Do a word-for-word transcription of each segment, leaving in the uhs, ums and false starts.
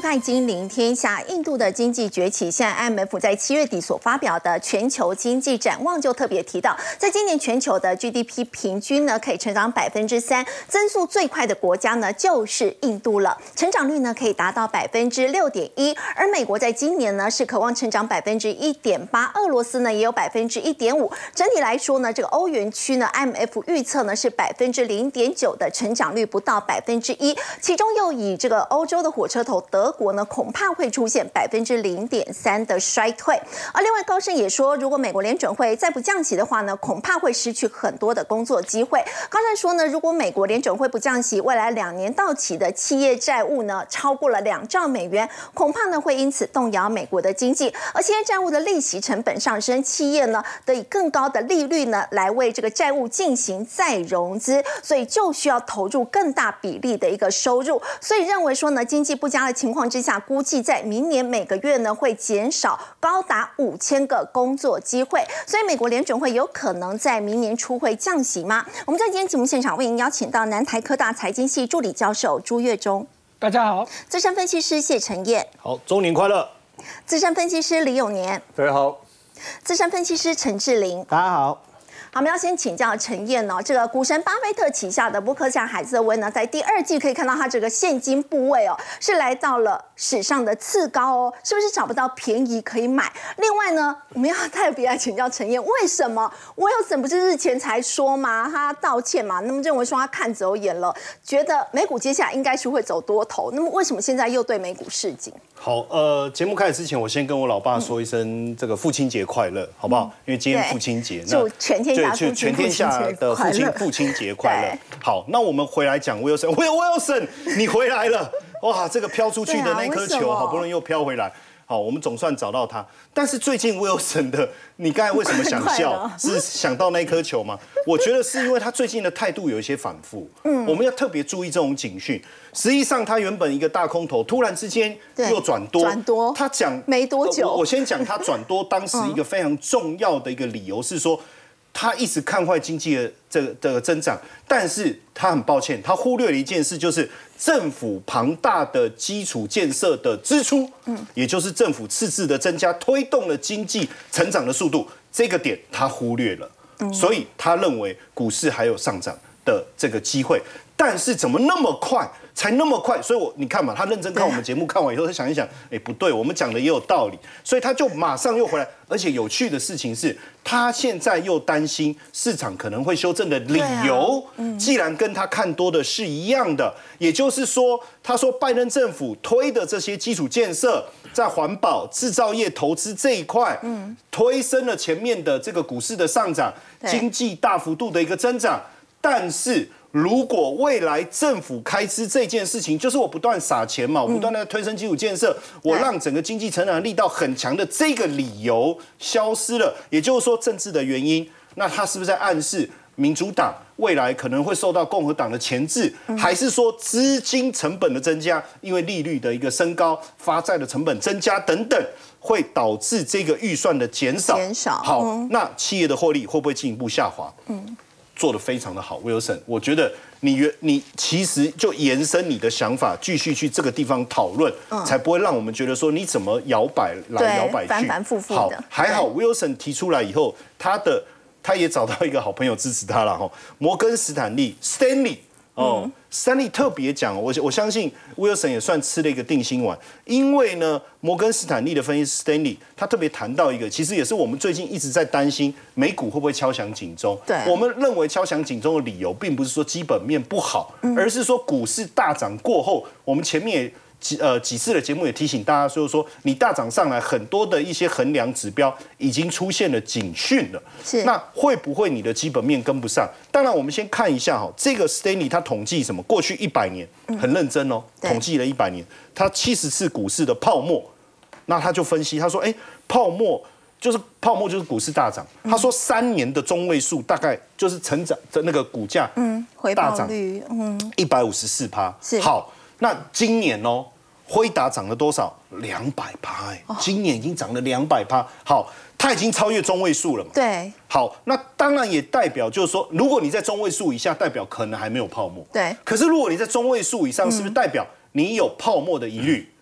看《金陵天下》，印度的经济崛起。现在 I M F 在七月底所发表的全球经济展望就特别提到，在今年全球的 G D P 平均呢可以成长百分之三，增速最快的国家呢就是印度了，成长率呢可以达到百分之六点一。而美国在今年呢是渴望成长百分之一点八，俄罗斯呢也有百分之一点五。整体来说呢，这个欧元区呢 I M F 预测呢是百分之零点九的成长率，不到百分之一。其中又以这个欧洲的火车头德国呢，恐怕会出现百分之零点三的衰退。而另外，高盛也说，如果美国联准会再不降息的话呢，恐怕会失去很多的工作机会。高盛说呢，如果美国联准会不降息，未来两年到期的企业债务呢，超过了两兆美元，恐怕呢会因此动摇美国的经济。而企业债务的利息成本上升，企业呢得以更高的利率呢来为这个债务进行再融资，所以就需要投入更大比例的一个收入。所以认为说呢，经济不佳的情况之下，估计在明年每个月呢会减少高达五千个工作机会，所以美国联准会有可能在明年初会降息吗？我们在今天节目现场为您邀请到南台科大财经系助理教授朱岳忠， 大家好； 资深分析师谢承彦， 好，周年快乐； 资深分析师李永年， 大家好； 资深分析师陈志玲， 大家好。 好，我们要先请教陈彦哦，这个股神巴菲特旗下的伯克夏海瑟威呢，在第二季可以看到它这个现金部位哦，是来到了史上的次高哦，是不是找不到便宜可以买？另外呢，我们要特别来请教陈彦，为什么Wilson不是日前才说嘛，他道歉嘛，那么认为说他看走眼了，觉得美股接下来应该是会走多头，那么为什么现在又对美股示警？ 好，呃，节目开始之前，我先跟我老爸说一声这个父亲节快乐，好不好？因为今天父亲节， 祝全天下就全天下的父亲父亲节快乐。好，那我们回来讲 Wilson，Wilson， 你回来了，哇，这个飘出去的那颗球，好不容易又飘回来。好，我们总算找到他。但是最近 Wilson 的，你刚才为什么想笑？是想到那颗球吗？我觉得是因为他最近的态度有一些反复。嗯，我们要特别注意这种警讯。实际上，他原本一个大空头，突然之间又转多。 转多。 他讲没多久。 我, 我先讲他转多，当时一个非常重要的一个理由是说，他一直看坏经济的这个的增长，但是他很抱歉，他忽略了一件事，就是政府庞大的基础建设的支出，嗯，也就是政府赤字的增加，推动了经济成长的速度，这个点他忽略了，嗯，所以他认为股市还有上涨的这个机会，但是怎么那么快？才那么快，所以我你看嘛，他认真看我们节目，看完以后他想一想，哎，不对，我们讲的也有道理，所以他就马上又回来。而且有趣的事情是，他现在又担心市场可能会修正的理由，既然跟他看多的是一样的，也就是说，他说拜登政府推的这些基础建设，在环保、制造业投资这一块，嗯，推升了前面的这个股市的上涨，经济大幅度的一个增长，但是。如果未来政府开支这件事情，就是我不断撒钱嘛，我不断的推升基础建设，我让整个经济成长的力道很强的这个理由消失了，也就是说政治的原因，那他是不是在暗示民主党未来可能会受到共和党的钳制，还是说资金成本的增加，因为利率的一个升高、发债的成本增加等等，会导致这个预算的减少？ 减少。 好，嗯、那企业的获利会不会进一步下滑？嗯。做得非常的好 ，Wilson， 我觉得你你其实就延伸你的想法，继续去这个地方讨论，嗯、才不会让我们觉得说你怎么摇摆来摇摆去， 反反复复的。 好，还好 Wilson 提出来以后，他的他也找到一个好朋友支持他了哈，摩根斯坦利 Stanley 哦。嗯Stanley 特别讲，我我相信 Wilson 也算吃了一个定心丸，因为呢，摩根斯坦利的分析师 Stanley 他特别谈到一个，其实也是我们最近一直在担心美股会不会敲响警钟。 对， 我们认为敲响警钟的理由，并不是说基本面不好，嗯、而是说股市大涨过后，我们前面也。几呃几次的节目也提醒大家，就是说你大涨上来，很多的一些衡量指标已经出现了警讯了。 是， 那会不会你的基本面跟不上？当然，我们先看一下哈，这个 Stanley 他统计什么？过去一百年很认真哦，嗯、统计了一百年，他七十次股市的泡沫，那他就分析，他说，哎，泡沫就是泡沫就是股市大涨。嗯、他说三年的中位数大概就是成长的那个股价， 嗯，回报率，嗯， 一百五十四趴。 是， 好，那今年哦。辉达涨了多少？两百趴，哎，今年已经涨了两百趴。好，它已经超越中位数了嘛？ 对。 好，那当然也代表就是说，如果你在中位数以下，代表可能还没有泡沫。 对。 可是如果你在中位数以上，是不是代表你有泡沫的疑虑？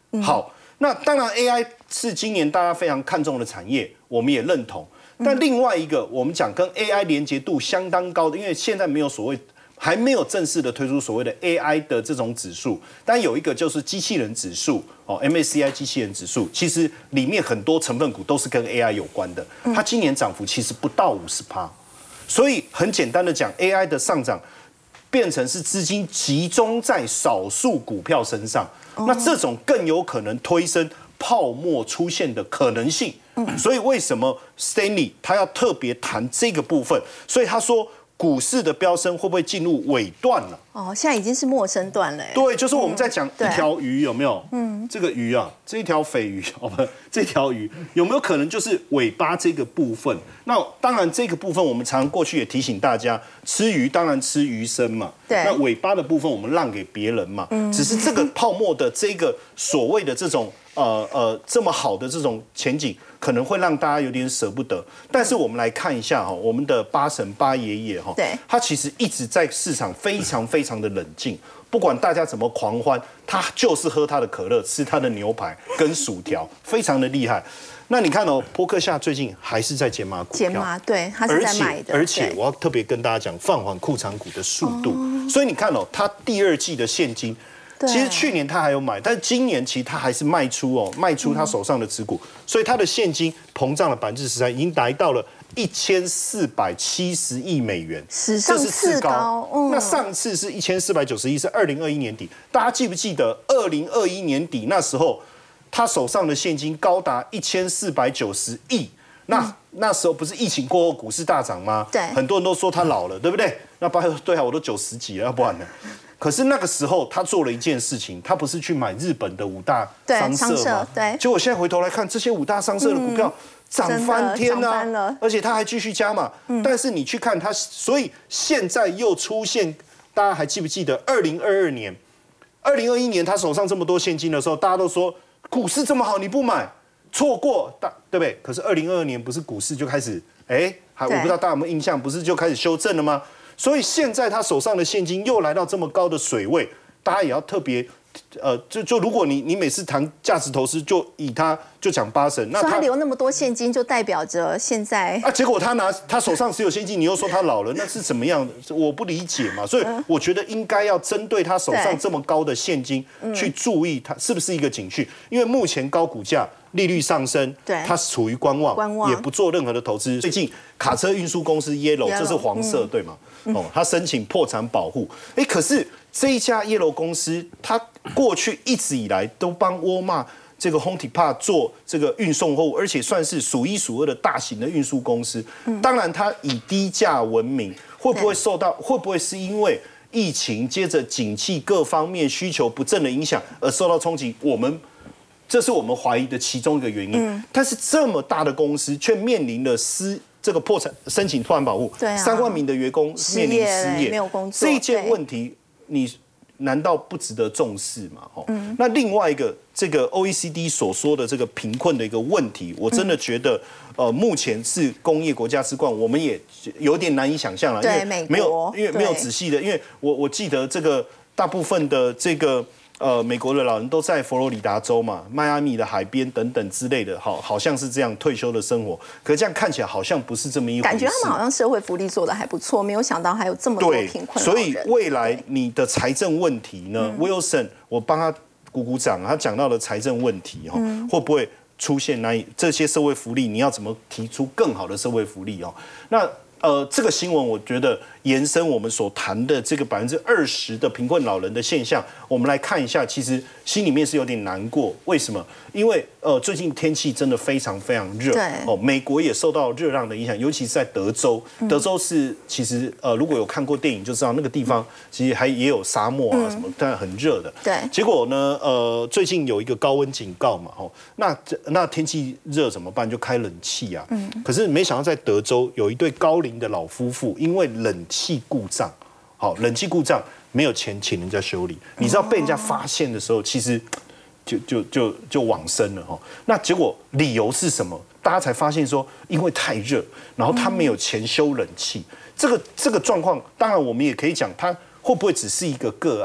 嗯、好，那当然 A I 是今年大家非常看重的产业，我们也认同。但另外一个，我们讲跟 A I 连结度相当高的，因为现在没有所谓。还没有正式的推出所谓的 A I 的这种指数，但有一个就是机器人指数哦 ，M A C I 机器人指数，其实里面很多成分股都是跟 A I 有关的，它今年涨幅其实不到五十趴，所以很简单的讲 ，A I 的上涨变成是资金集中在少数股票身上，那这种更有可能推升泡沫出现的可能性。所以为什么 Stanley 他要特别谈这个部分？所以他说。股市的飙升会不会进入尾段了？ 哦，现在已经是末升段了。 对，就是我们在讲一条鱼有没有？嗯，这个鱼啊，这一条鲱鱼哦不，这条鱼有没有可能就是尾巴这个部分？那当然这个部分我们常过去也提醒大家，吃鱼当然吃鱼身嘛。对。那尾巴的部分我们让给别人嘛。嗯。只是这个泡沫的这个所谓的这种呃呃这么好的这种前景。可能会让大家有点舍不得，但是我们来看一下哈，我们的八神八爷爷哈，对，他其实一直在市场非常非常的冷静，不管大家怎么狂欢，他就是喝他的可乐，吃他的牛排跟薯条，非常的厉害。那你看哦，波克夏最近还是在减码股票， 减码对，他是在买的， 而且而且我要特别跟大家讲放缓库藏股的速度，哦、所以你看哦，他第二季的现金。其实去年他还有买，但是今年其实他还是卖出哦，卖出他手上的持股，所以他的现金膨胀了百分之十三，已经来到了一千四百七十亿美元， 史上次高。 嗯、那上次是一千四百九十一，是二零二一年底，大家记不记得？二零二一年底那时候，他手上的现金高达一千四百九十亿。那、嗯、那时候不是疫情过后股市大涨吗？对，很多人都说他老了，对不对？那包括对啊，我都九十几了，要不然呢？可是那个时候，他做了一件事情，他不是去买日本的五大商社吗？对，结果现在回头来看，这些五大商社的股票涨翻天啊，而且他还继续加码。嗯、但是你去看他，所以现在又出现，大家还记不记得二零二二年、二零二一年他手上这么多现金的时候，大家都说股市这么好，你不买，错过大对不对？可是二零二二年不是股市就开始，哎，还我不知道大家有没有印象，不是就开始修正了吗？所以现在他手上的现金又来到这么高的水位，大家也要特别，呃，就就如果你你每次谈价值投资，就以他就讲八神， 那他留那么多现金，就代表着现在啊，结果他拿他手上持有现金，你又说他老了，那是怎么样？我不理解嘛。所以我觉得应该要针对他手上这么高的现金去注意他是不是一个警讯，因为目前高股价。利率上升，对，它是处于观望，观望也不做任何的投资。最近卡车运输公司 Yellow， 这是黄色、嗯、对吗？哦，他申请破产保护。哎，可是这一家 Yellow 公司，它过去一直以来都帮沃尔玛这个 Home Depot 做这个运送货物，而且算是数一数二的大型的运输公司。嗯、当然，它以低价闻名，会不会受到？会不会是因为疫情接着景气各方面需求不振的影响而受到冲击？我们。这是我们怀疑的其中一个原因，嗯、但是这么大的公司却面临了失这个破产申请破产保护，啊、三万名的员工面临失业， 没有工作， 这一件问题你难道不值得重视吗？嗯、那另外一个这个 O E C D 所说的这个贫困的一个问题，我真的觉得，嗯、呃，目前是工业国家之冠，我们也有点难以想象了，因为没有因为没有仔细的，因为我我记得这个大部分的这个。呃，美国的老人都在佛罗里达州嘛，迈阿密的海边等等之类的，好，好像是这样退休的生活。可是这样看起来好像不是这么一回事。 感觉他们好像社会福利做得还不错，没有想到还有这么多贫困老人。 所以未来你的财政问题呢 ，Wilson， 我帮他鼓鼓掌，他讲到了财政问题哈，嗯、会不会出现难以这些社会福利？你要怎么提出更好的社会福利哦？那呃，这个新闻我觉得延伸我们所谈的这个百分之二十的贫困老人的现象，我们来看一下，其实心里面是有点难过。为什么？因为呃，最近天气真的非常非常热，哦，美国也受到热浪的影响，尤其是在德州。嗯、德州是其实呃，如果有看过电影就知道，那个地方其实还也有沙漠啊什么，但很热的。对。结果呢，呃，最近有一个高温警告嘛，哦，那那天气热怎么办？就开冷气啊。嗯。可是没想到在德州有一对高龄的老夫妇，因为冷气故障，好，冷气故障没有钱请人家修理，你知道被人家发现的时候，其实就就就就往生了哈。那结果理由是什么？大家才发现说，因为太热，然后他没有钱修冷气。这个这个状况，当然我们也可以讲，他会不会只是一个个案？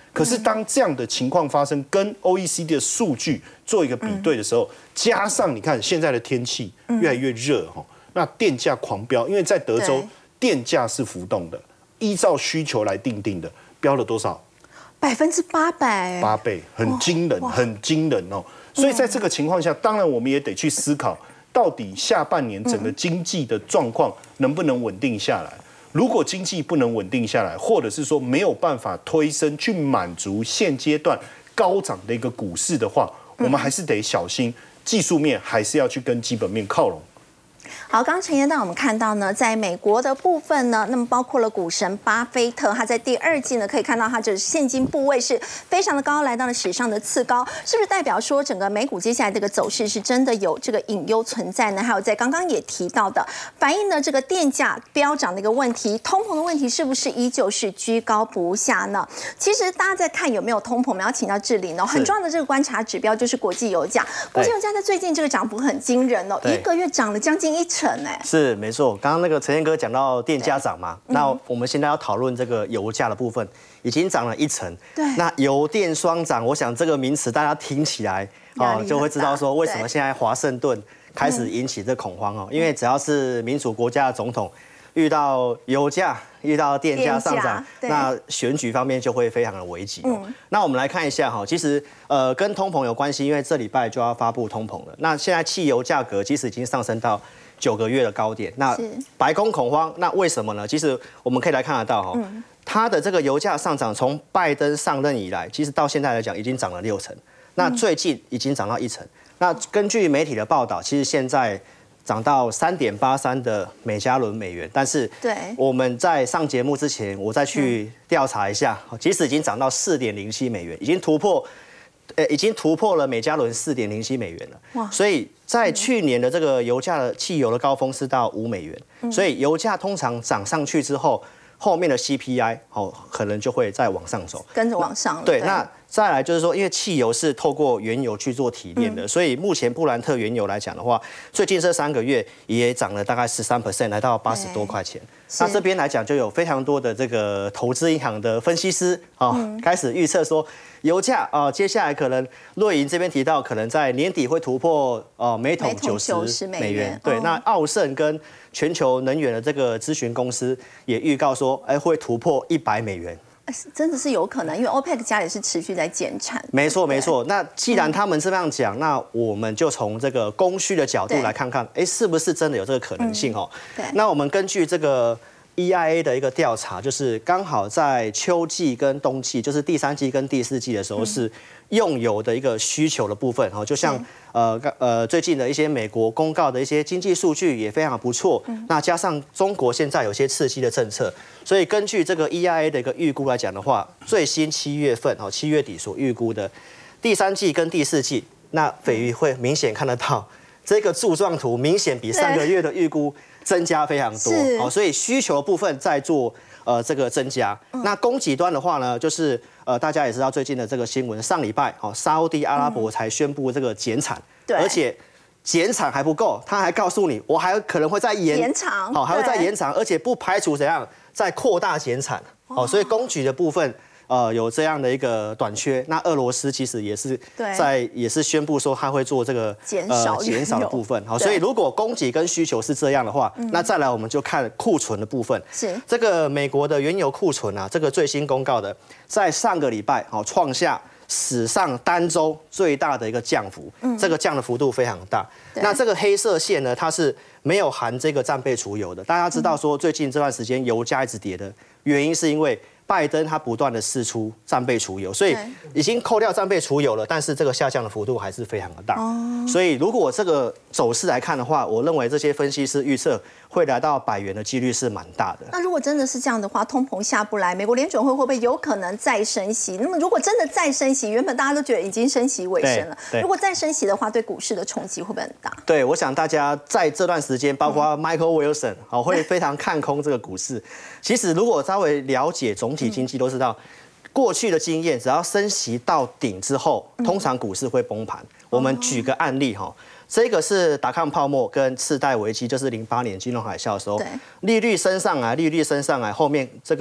可是当这样的情况发生，跟 O E C D 的数据做一个比对的时候，加上你看现在的天气越来越热哈，那电价狂飙，因为在德州电价是浮动的，依照需求来定定的，飙了多少？ 百分之八百， 八倍，很惊人，很惊人哦。所以在这个情况下，当然我们也得去思考，到底下半年整个经济的状况能不能稳定下来。如果经济不能稳定下来，或者是说没有办法推升去满足现阶段高涨的一个股市的话，我们还是得小心，技术面还是要去跟基本面靠拢。 好，刚刚陈彦带我们看到呢，在美国的部分呢，那么包括了股神巴菲特，他在第二季呢可以看到他这现金部位是非常的高，来到了史上的次高，是不是代表说整个美股接下来这个走势是真的有这个隐忧存在呢？还有在刚刚也提到的，反映了这个电价飙涨的一个问题，通膨的问题是不是依旧是居高不下呢？其实大家在看有没有通膨，我们要请到志玲哦，很重要的这个观察指标就是国际油价，国际油价在最近这个涨幅很惊人哦，一个月涨了将近一成。 是没错，刚刚那个陈彦哥讲到电价涨嘛，那我们现在要讨论这个油价的部分，已经涨了一成。 对， 那油电双涨，我想这个名词大家听起来哦，就会知道说为什么现在华盛顿开始引起这恐慌哦，因为只要是民主国家的总统遇到油价、遇到电价上涨，那选举方面就会非常的危急哦。嗯、那我们来看一下哈，其实呃跟通膨有关系，因为这礼拜就要发布通膨了。那现在汽油价格其实已经上升到九个月的高点，那白宫恐慌，那为什么呢？其实我们可以来看得到哈，嗯、它的这个油价上涨，从拜登上任以来，其实到现在来讲已经涨了六成，那最近已经涨到一成。那根据媒体的报道，其实现在涨到三点八三的每加仑美元，但是我们在上节目之前，我再去调查一下，其实已经涨到四点零七美元，已经突破。呃，已经突破了每加仑四点零七美元了。哇！所以在去年的这个油价的汽油的高峰是到五美元，嗯、所以油价通常涨上去之后，后面的 C P I 哦可能就会再往上走， 跟着往上了。 对，对那再来就是说，因为汽油是透过原油去做提炼的，嗯、所以目前布兰特原油来讲的话，最近这三个月也涨了大概十三 percent， 来到八十多块钱。那这边来讲，就有非常多的这个投资银行的分析师啊、哦，嗯、开始预测说，油价啊、呃，接下来可能瑞银这边提到，可能在年底会突破哦、呃、每桶九十美元。对，哦、那奥盛跟全球能源的这个咨询公司也预告说，哎，会突破一百美元。 真的是有可能，因为 OPEC 家也是持续在减产。 没错，没错。那既然他们这样讲，嗯、那我们就从这个供需的角度来看看，哎，是不是真的有这个可能性哦？ 对。 那我们根据这个 E I A 的一个调查，就是刚好在秋季跟冬季，就是第三季跟第四季的时候是用油的一个需求的部分，哈，就像呃呃最近的一些美国公告的一些经济数据也非常不错，那加上中国现在有些刺激的政策，所以根据这个 E I A 的一个预估来讲的话，最新七月份哦七月底所预估的第三季跟第四季，那斐鱼会明显看得到这个柱状图明显比上个月的预估增加非常多，哦，所以需求部分在做呃这个增加。嗯、那供给端的话呢，就是呃大家也知道最近的这个新闻，上礼拜哦沙烏地阿拉伯才宣布这个减产，嗯、而且减产还不够，他还告诉你我还可能会再延延长， 好、哦、还会再延长，而且不排除怎样再扩大减产，哦，所以供给的部分。呃，有这样的一个短缺，那俄罗斯其实也是在也是宣布说他会做这个减少减少的部分，好，所以如果供给跟需求是这样的话，嗯、那再来我们就看库存的部分。 是这个美国的原油库存啊，这个最新公告的，在上个礼拜好创下史上单周最大的一个降幅，嗯、这个降的幅度非常大。那这个黑色线呢，它是没有含这个战备储油的。大家知道说，最近这段时间油价一直跌的原因是因为拜登他不断的释出战备储油，所以已经扣掉战备储油了，但是这个下降的幅度还是非常的大。哦、所以如果这个走势来看的话，我认为这些分析师预测会来到百元的几率是蛮大的。 那如果真的是这样的话，通膨下不来，美国联准会会不会有可能再升息？那么如果真的再升息，原本大家都觉得已经升息尾声了，如果再升息的话，对股市的冲击会不会很大？ 对，我想大家在这段时间，包括 Michael Wilson 好、嗯，会非常看空这个股市。其实如果稍微了解总体经济，都知道过去的经验，只要升息到顶之后，通常股市会崩盘。嗯、我们举个案例哈。这个是达康泡沫跟次贷危机，就是零八年金融海啸的时候，利率升上来，利率升上来，后面这个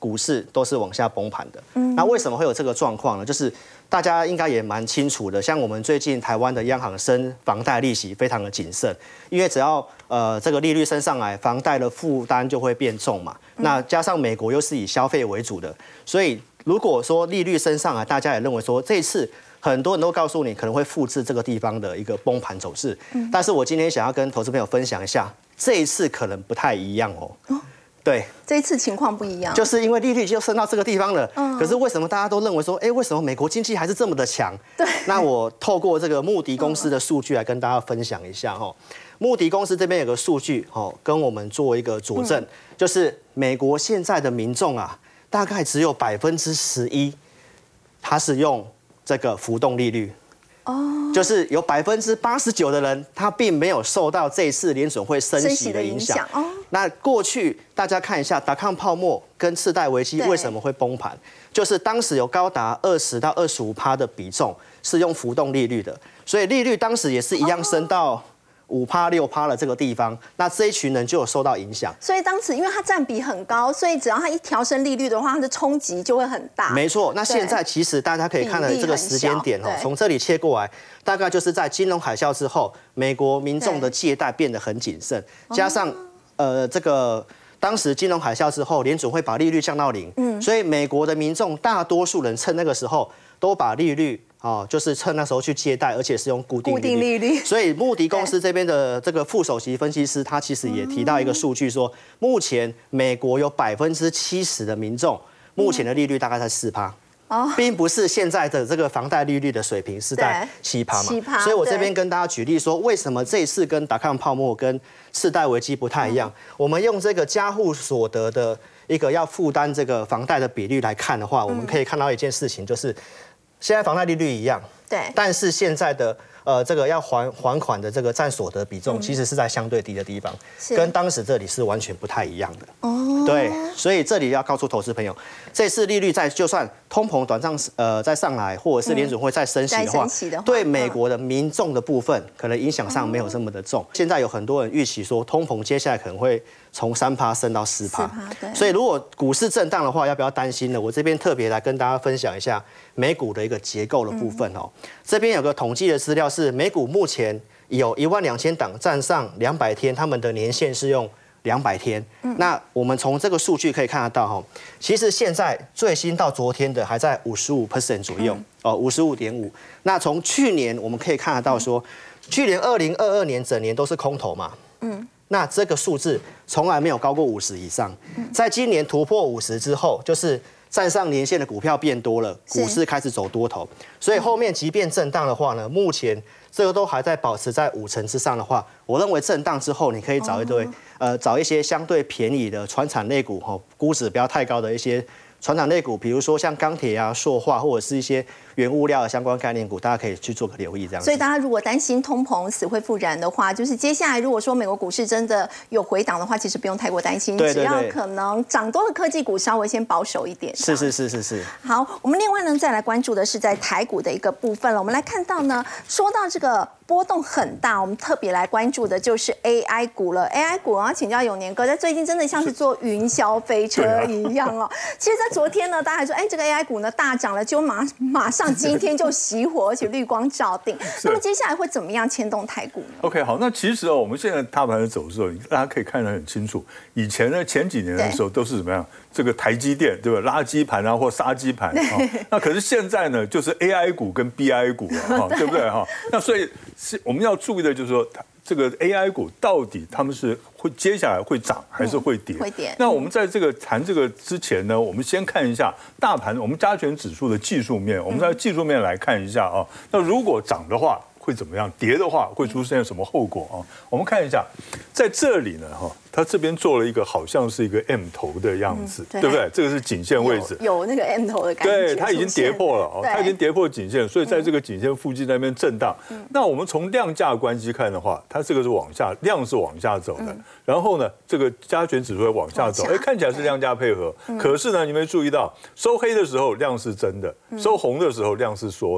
股市都是往下崩盘的。嗯，那为什么会有这个状况呢？就是大家应该也蛮清楚的，像我们最近台湾的央行升房贷利息非常的谨慎，因为只要呃这个利率升上来，房贷的负担就会变重嘛。那加上美国又是以消费为主的，所以如果说利率升上来，大家也认为说这一次很多人都告诉你可能会复制这个地方的一个崩盘走势。嗯，但是我今天想要跟投资朋友分享一下，这一次可能不太一样哦。哦对， 这一次情况不一样， 就是因为利率就升到这个地方了。嗯，可是为什么大家都认为说，哎，为什么美国经济还是这么的强？ 对， 那我透过这个穆迪公司的数据来跟大家分享一下哈。穆迪公司这边有个数据哦，跟我们做一个佐证，嗯、就是美国现在的民众啊，大概只有百分之十一，他是用这个浮动利率。哦，就是有百分之八十九的人，他并没有受到这一次联准会升息的影响。哦，那过去大家看一下达康泡沫跟次贷危机为什么会崩盘，就是当时有高达二十到二十五趴的比重是用浮动利率的，所以利率当时也是一样升到五趴六趴的这个地方，那这一群人就有受到影响。 所以当时因为它占比很高，所以只要它一调升利率的话，它的冲击就会很大。 没错，那现在其实大家可以看到这个时间点哦，从这里切过来，大概就是在金融海啸之后，美国民众的借贷变得很谨慎，加上呃这个。当时金融海啸之后，联准会把利率降到零，嗯，所以美国的民众大多数人趁那个时候都把利率哦，就是趁那时候去借贷，而且是用固定利率。固定利率。所以穆迪公司这边的这个副首席分析师，他其实也提到一个数据说，目前美国有百分之七十的民众，目前的利率大概在四趴。并不是现在的这个房贷利率的水平是在七趴嘛，所以我这边跟大家举例说，为什么这一次跟达康泡沫跟次贷危机不太一样？我们用这个家户所得的一个要负担这个房贷的比率来看的话，我们可以看到一件事情，就是现在房贷利率一样，对，但是现在的呃这个要还还款的这个占所得比重，其实是在相对低的地方，跟当时这里是完全不太一样的。哦，对，所以这里要告诉投资朋友，这次利率在就算通膨短暂呃再上来，或者是联准会再升息的话，对美国的民众的部分可能影响上没有这么的重。现在有很多人预期说，通膨接下来可能会从三趴升到四趴，所以如果股市震荡的话，要不要担心呢？我这边特别来跟大家分享一下美股的一个结构的部分哦。这边有个统计的资料是，美股目前有一万两千档站上两百天，他们的年限是用两百天。那我们从这个数据可以看得到哈，其实现在最新到昨天的还在五十五 percent 左右哦，五十五点五。那从去年我们可以看得到说，去年二零二二年整年都是空头嘛，嗯。那这个数字从来没有高过五十以上，在今年突破五十之后，就是站上年线的股票变多了，股市开始走多头，所以后面即便震荡的话呢，目前这个都还在保持在五成之上的话，我认为震荡之后你可以找一堆呃找一些相对便宜的传产类股哈，估值不要太高的一些传产类股，比如说像钢铁啊、塑化或者是一些原物料的相关概念股，大家可以去做个留意这样子。 所以大家如果担心通膨死灰复燃的话，就是接下来如果说美国股市真的有回档的话，其实不用太过担心， 对对对， 只要可能涨多的科技股稍微先保守一点。 是是是是是。 好，我们另外呢再来关注的是在台股的一个部分了。我们来看到呢，说到这个波动很大，我们特别来关注的就是 A I 股了。A I 股啊，请教永年哥，在最近真的像是坐云霄飞车一样哦。其实，在昨天呢，大家还说，哎，这个 A I 股呢大涨了，就马马上今天就熄火，而且绿光照定。那么接下来会怎么样牵动台股呢 ？OK， 好，那其实哦，我们现在大盘的走势，大家可以看得很清楚。以前呢，前几年的时候都是怎么样？这个台积电对吧？垃圾盘啊，或杀鸡盘啊。那可是现在呢，就是 A I 股跟 B I 股了哈，对不对哈？那所以是我们要注意的就是说，这个 A I 股到底他们是会接下来会涨还是会跌？ 会跌。 那我们在这个谈这个之前呢，我们先看一下大盘，我们加权指数的技术面，我们在技术面来看一下啊。那如果涨的话会怎么样？跌的话会出现什么后果啊？我们看一下，在这里呢哈，它这边做了一个好像是一个 M 头的样子，嗯、对, 对不对？这个是颈线位置， 有, 有那个 M 头的感觉。 对，它已经跌破了哦，它已经跌破颈线，所以在这个颈线附近那边震荡。嗯、那我们从量价关系看的话，它这个是往下，量是往下走的。嗯、然后呢，这个加权指数会往下走，哎，看起来是量价配合。嗯、可是呢，你没注意到收黑的时候量是真的，收红的时候量是缩的。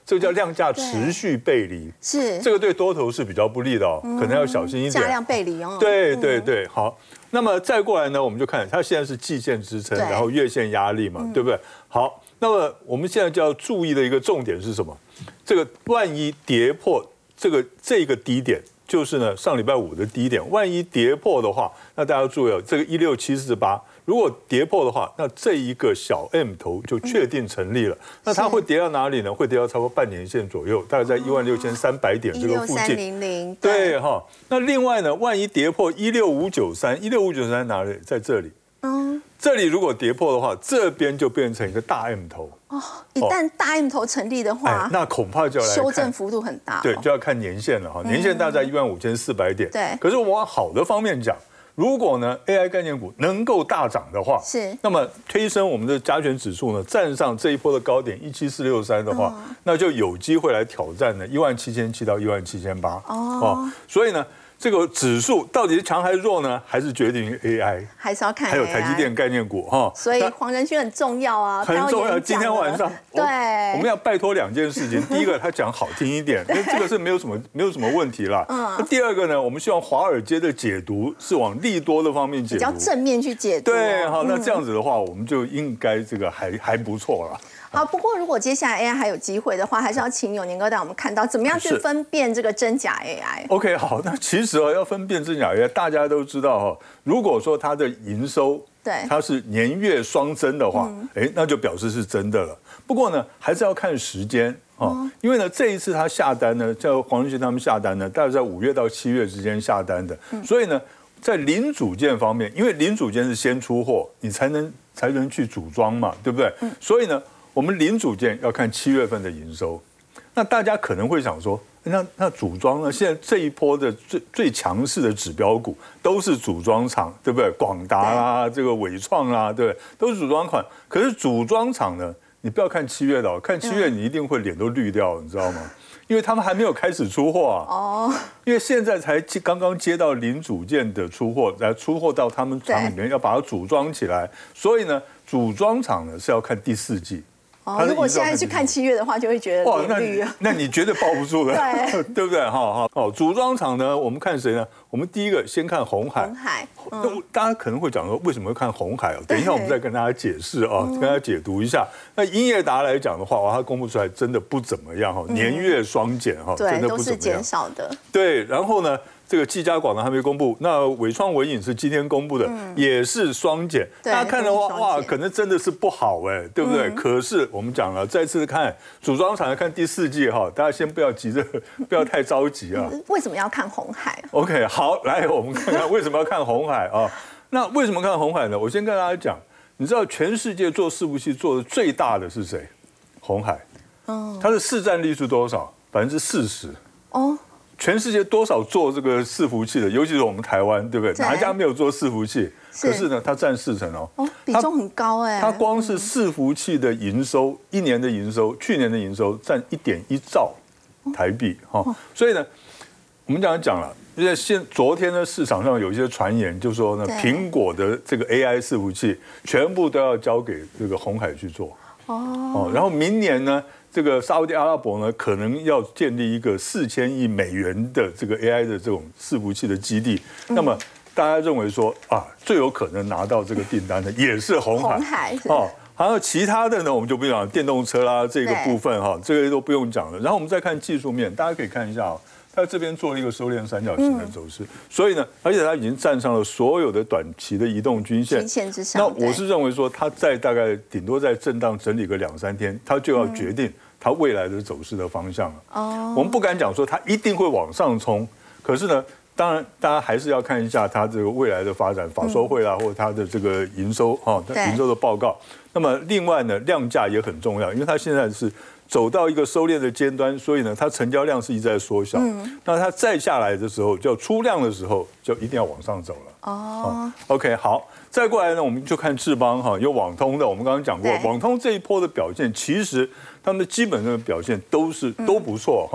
这个叫量价持续背离， 是这个对多头是比较不利的哦，嗯、可能要小心一点。 价量背离哦。 对对对，好。那么再过来呢，我们就看它现在是季线支撑，然后月线压力嘛，嗯、对不对？好，那么我们现在就要注意的一个重点是什么？这个万一跌破这个这个低点，就是呢上礼拜五的低点，万一跌破的话，那大家注意哦，这个一六七四八。如果跌破的话，那这一个小 M 头就确定成立了。嗯、那它会跌到哪里呢？会跌到差不多半年线左右，大概在一万六千三百点这个附近。一六三零零。对哈。那另外呢，万一跌破一六五九三，一六五九三哪里？在这里。嗯。这里如果跌破的话，这边就变成一个大 M 头。 哦。一旦大 M 头成立的话， 哎、那恐怕就要来修正幅度很大、哦。 对，就要看年线了哈。年线大概在一万五千四百点。 对。 可是我们往好的方面讲。如果呢 A I 概念股能够大涨的话， 是， 那么推升我们的加权指数呢，站上这一波的高点一七四六三的话，嗯、那就有机会来挑战呢一万七千七到一万七千八哦。所以呢，这个指数到底是强还是弱呢？还是决定于 A I， 还是要看还有台积电概念股哈。 所以黄仁勋很重要啊， 很重要。今天晚上， 对， 我们要拜托两件事情。第一个，他讲好听一点，因为这个是没有什么没有什么问题啦。嗯。那第二个呢，我们希望华尔街的解读是往利多的方面解读， 比较正面去解读。 对，好，那这样子的话，我们就应该这个还还不错了。 好，不过如果接下来 A I 还有机会的话，还是要请永年哥带我们看到怎么样去分辨这个真假 A I。OK， 好，那其实哦，要分辨真假 A I， 大家都知道哈、哦，如果说它的营收对它是年月双增的话，哎、嗯，那就表示是真的了。不过呢，还是要看时间哦，嗯、因为呢，这一次他下单呢，叫黄仁勋他们下单呢，大概在五月到七月之间下单的，嗯、所以呢，在零组件方面，因为零组件是先出货，你才能才能去组装嘛，对不对？嗯、所以呢。我们零组件要看七月份的营收，那大家可能会想说，那那组装呢？现在这一波的最最强势的指标股都是组装厂，对不对？广达啦，这个伟创啦，对不对？都是组装款。可是组装厂呢，你不要看七月的、哦，看七月你一定会脸都绿掉，你知道吗？因为他们还没有开始出货啊。哦。因为现在才刚刚接到零组件的出货，来出货到他们厂里面，要把它组装起来。所以呢，组装厂呢是要看第四季。 哦，如果现在去看七月的话，就会觉得哇，那那你绝对抱不住了，对对不对？好好好，组装厂呢，我们看谁呢？我们第一个先看鸿海。 鸿海， 嗯、大家可能会讲说，为什么会看鸿海哦？等一下我们再跟大家解释啊，跟大家解读一下。那英业达来讲的话，哇，它公布出来真的不怎么样哈，年月双减哈，真的不怎么样， 都是减少的。 对，然后呢？这个技嘉广呢还没公布，那伟创伟影是今天公布的，嗯、也是双减。大家看的话，哇，可能真的是不好哎，对不对？嗯、可是我们讲了，再次看组装厂，看第四季哈，大家先不要急着，不要太着急啊。 为什么要看鸿海 ？OK， 好，来我们看看为什么要看鸿海啊？那为什么看鸿海呢？我先跟大家讲，你知道全世界做伺服器做的最大的是谁？鸿海。哦。它的市占率是多少？百分之四十。哦。全世界多少做这个伺服器的，尤其是我们台湾，对不对？哪一家没有做伺服器？可是呢，它占四成哦， 哦，比重很高哎。 它光是伺服器的营收，一年的营收，去年的营收占一点一兆台币哈。所以呢，我们讲讲了，因为现昨天呢，市场上有一些传言，就说呢，苹果的这个 A I 伺服器全部都要交给这个鸿海去做哦。然后明年呢？这个沙烏地阿拉伯呢，可能要建立一个四千亿美元的这个 A I 的这种伺服器的基地。嗯、那么大家认为说啊，最有可能拿到这个订单的也是鸿海。 鸿海哦，还有其他的呢，我们就不讲电动车啦这个部分哈，这个都不用讲了。然后我们再看技术面，大家可以看一下哦。它这边做了一个收敛三角形的走势，嗯、所以呢，而且它已经站上了所有的短期的移动均线。 均线之上。 那我是认为说，它在大概顶多在震荡整理个两三天，它就要决定它未来的走势的方向了。哦。我们不敢讲说它一定会往上冲，可是呢，当然大家还是要看一下它这个未来的发展，法说会啦，嗯、或者它的这个营收哈，它营收的报告。那么另外呢，量价也很重要，因为它现在是。走到一个收敛的尖端，所以呢，它成交量是一直在缩小。嗯、那它再下来的时候，就出量的时候，就一定要往上走了。哦、啊、，OK， 好，再过来呢，我们就看智邦哈，有网通的，我们刚刚讲过，网通这一波的表现，其实他们的基本的表现都是都不错哈。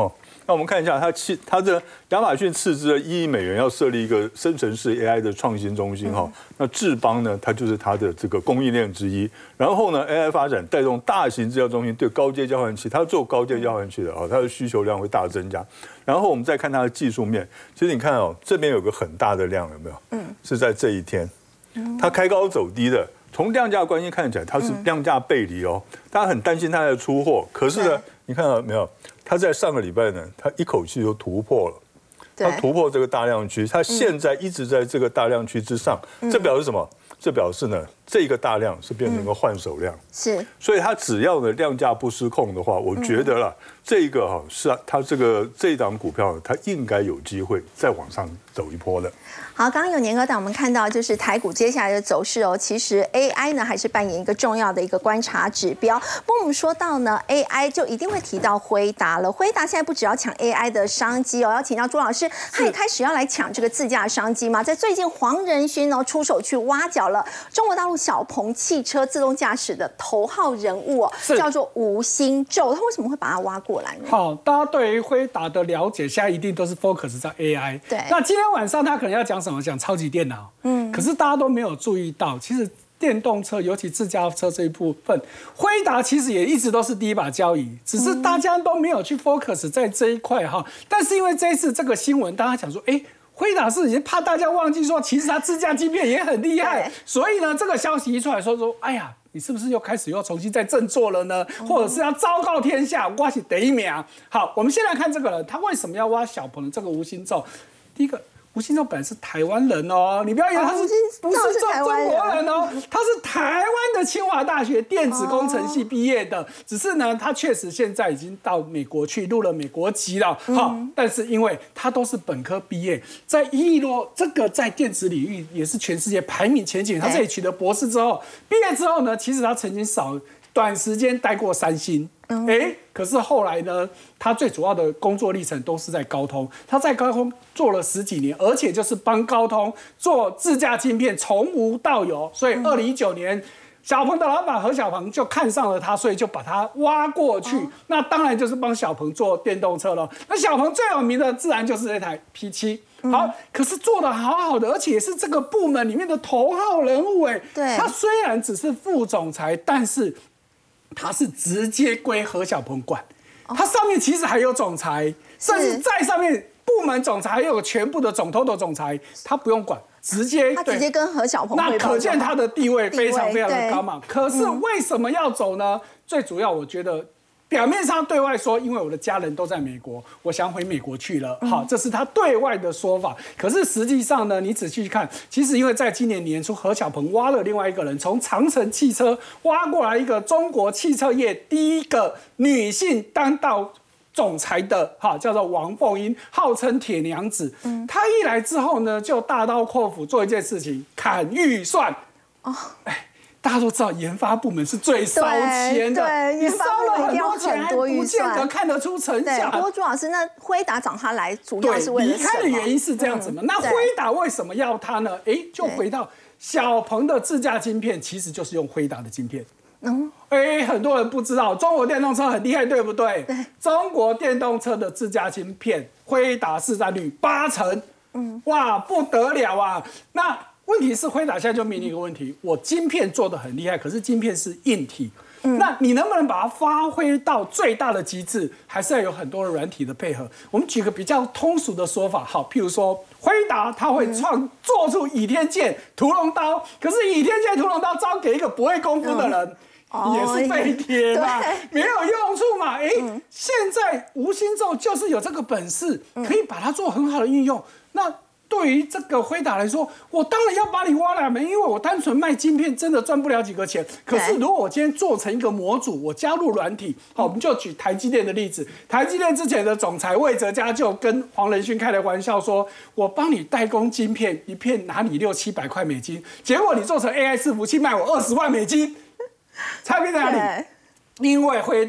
那我们看一下，它斥它这亚马逊斥资了一亿美元要设立一个生成式 A I 的创新中心哈、嗯。那智邦呢，它就是它的这个供应链之一。然后呢 ，A I 发展带动大型资料中心对高阶交换器，它做高阶交换器的啊，它的需求量会大增加。然后我们再看它的技术面，其实你看哦，这边有个很大的量，有没有？嗯，是在这一天，它开高走低的。从量价关系看起来，它是量价背离哦，大家很担心它在出货。可是呢，你看到没有？它在上个礼拜呢，它一口气就突破了，它突破这个大量区，它现在一直在这个大量区之上，这表示什么？这表示呢，这个大量是变成一个换手量， 是， 所以它只要呢量价不失控的话，我觉得啦，这个哈是啊，它这个这一档股票，它应该有机会再往上走一波的。 好，刚刚有年哥带我们看到，就是台股接下来的走势哦。其实 A I 呢，还是扮演一个重要的一个观察指标。不过我们说到呢 ，A I 就一定会提到辉达了。辉达现在不只要抢 A I 的商机哦，要请教朱老师，他也开始要来抢这个自驾商机吗？在最近，黄仁勋呢出手去挖角了中国大陆小鹏汽车自动驾驶的头号人物哦，叫做吴欣宙。他为什么会把他挖过来呢？ 好，大家对于辉达的了解，现在一定都是 focus 在 A I。 对， 那今天晚上他可能要讲什么？讲超级电脑。嗯，可是大家都没有注意到，其实电动车，尤其自驾车这一部分，辉达其实也一直都是第一把交椅，只是大家都没有去 focus 在这一块哈。但是因为这一次这个新闻，大家讲说，哎。辉达是已经怕大家忘记说，其实它自驾晶片也很厉害，所以呢，这个消息一出来说说，哎呀，你是不是又开始又重新再振作了呢？或者是要昭告天下，挖起第一名？好，我们先来看这个人，他为什么要挖小鹏的这个吴欣宙？第一个。吴欣宙本来是台湾人哦，你不要以为他是不是中中国人哦，他是台湾的清华大学电子工程系毕业的，只是呢，他确实现在已经到美国去入了美国籍了，好，但是因为他都是本科毕业，在一落这个在电子领域也是全世界排名前几，他这里取得博士之后，毕业之后呢，其实他曾经少短时间待过三星。哎，可是后来呢，他最主要的工作历程都是在高通，他在高通做了十几年，而且就是帮高通做自驾晶片，从无到有。所以二零一九年，小鹏的老板何小鹏就看上了他，所以就把他挖过去。哦、那当然就是帮小鹏做电动车了。那小鹏最有名的自然就是那台 P 七。好，可是做得好好的，而且也是这个部门里面的头号人物哎。 对， 他虽然只是副总裁，但是。他是直接归何小鹏管，他上面其实还有总裁，甚至在上面部门总裁还有全部的总头的总裁，他不用管，直接他直接跟何小鹏汇报。 那可见他的地位非常非常的高嘛。可是为什么要走呢？最主要我觉得。表面上对外说，因为我的家人都在美国，我想回美国去了。好，这是他对外的说法。可是实际上呢，你仔细看，其实因为在今年年初，何小鹏挖了另外一个人，从长城汽车挖过来一个中国汽车业第一个女性当道总裁的，哈，叫做王凤英，号称铁娘子。嗯，她一来之后呢，就大刀阔斧做一件事情，砍预算。哦，哎。大家都知道，研发部门是最烧钱的， 对， 你烧了很多钱，还不见得看得出成效。 不过朱老师，那辉达找他来，主要是为了离开的原因是这样子嘛？那辉达为什么要他呢？哎，就回到小鹏的自驾晶片，其实就是用辉达的晶片。嗯，哎，很多人不知道，中国电动车很厉害，对不对？对，中国电动车的自驾晶片，辉达市占率八成，嗯，哇，不得了啊！那。问题是辉达现在就面临一个问题，我晶片做得很厉害，可是晶片是硬体，嗯、那你能不能把它发挥到最大的极致，还是要有很多的软体的配合。我们举个比较通俗的说法，好，譬如说辉达它会创、嗯、做出倚天剑、屠龙刀，可是倚天剑、屠龙刀交给一个不会功夫的人。嗯也是废铁嘛，没有用处嘛。哎、嗯，现在吴欣宙就是有这个本事，可以把它做很好的应用。那对于这个辉达来说，我当然要把你挖来门，因为我单纯卖晶片真的赚不了几个钱。可是如果我今天做成一个模组，我加入软体，好，我们就举台积电的例子。台积电之前的总裁魏哲家就跟黄仁勋开了玩笑说：“我帮你代工晶片，一片拿你六七百块美金，结果你做成 A I 伺服器卖我二十万美金。”差别在哪里？因为辉达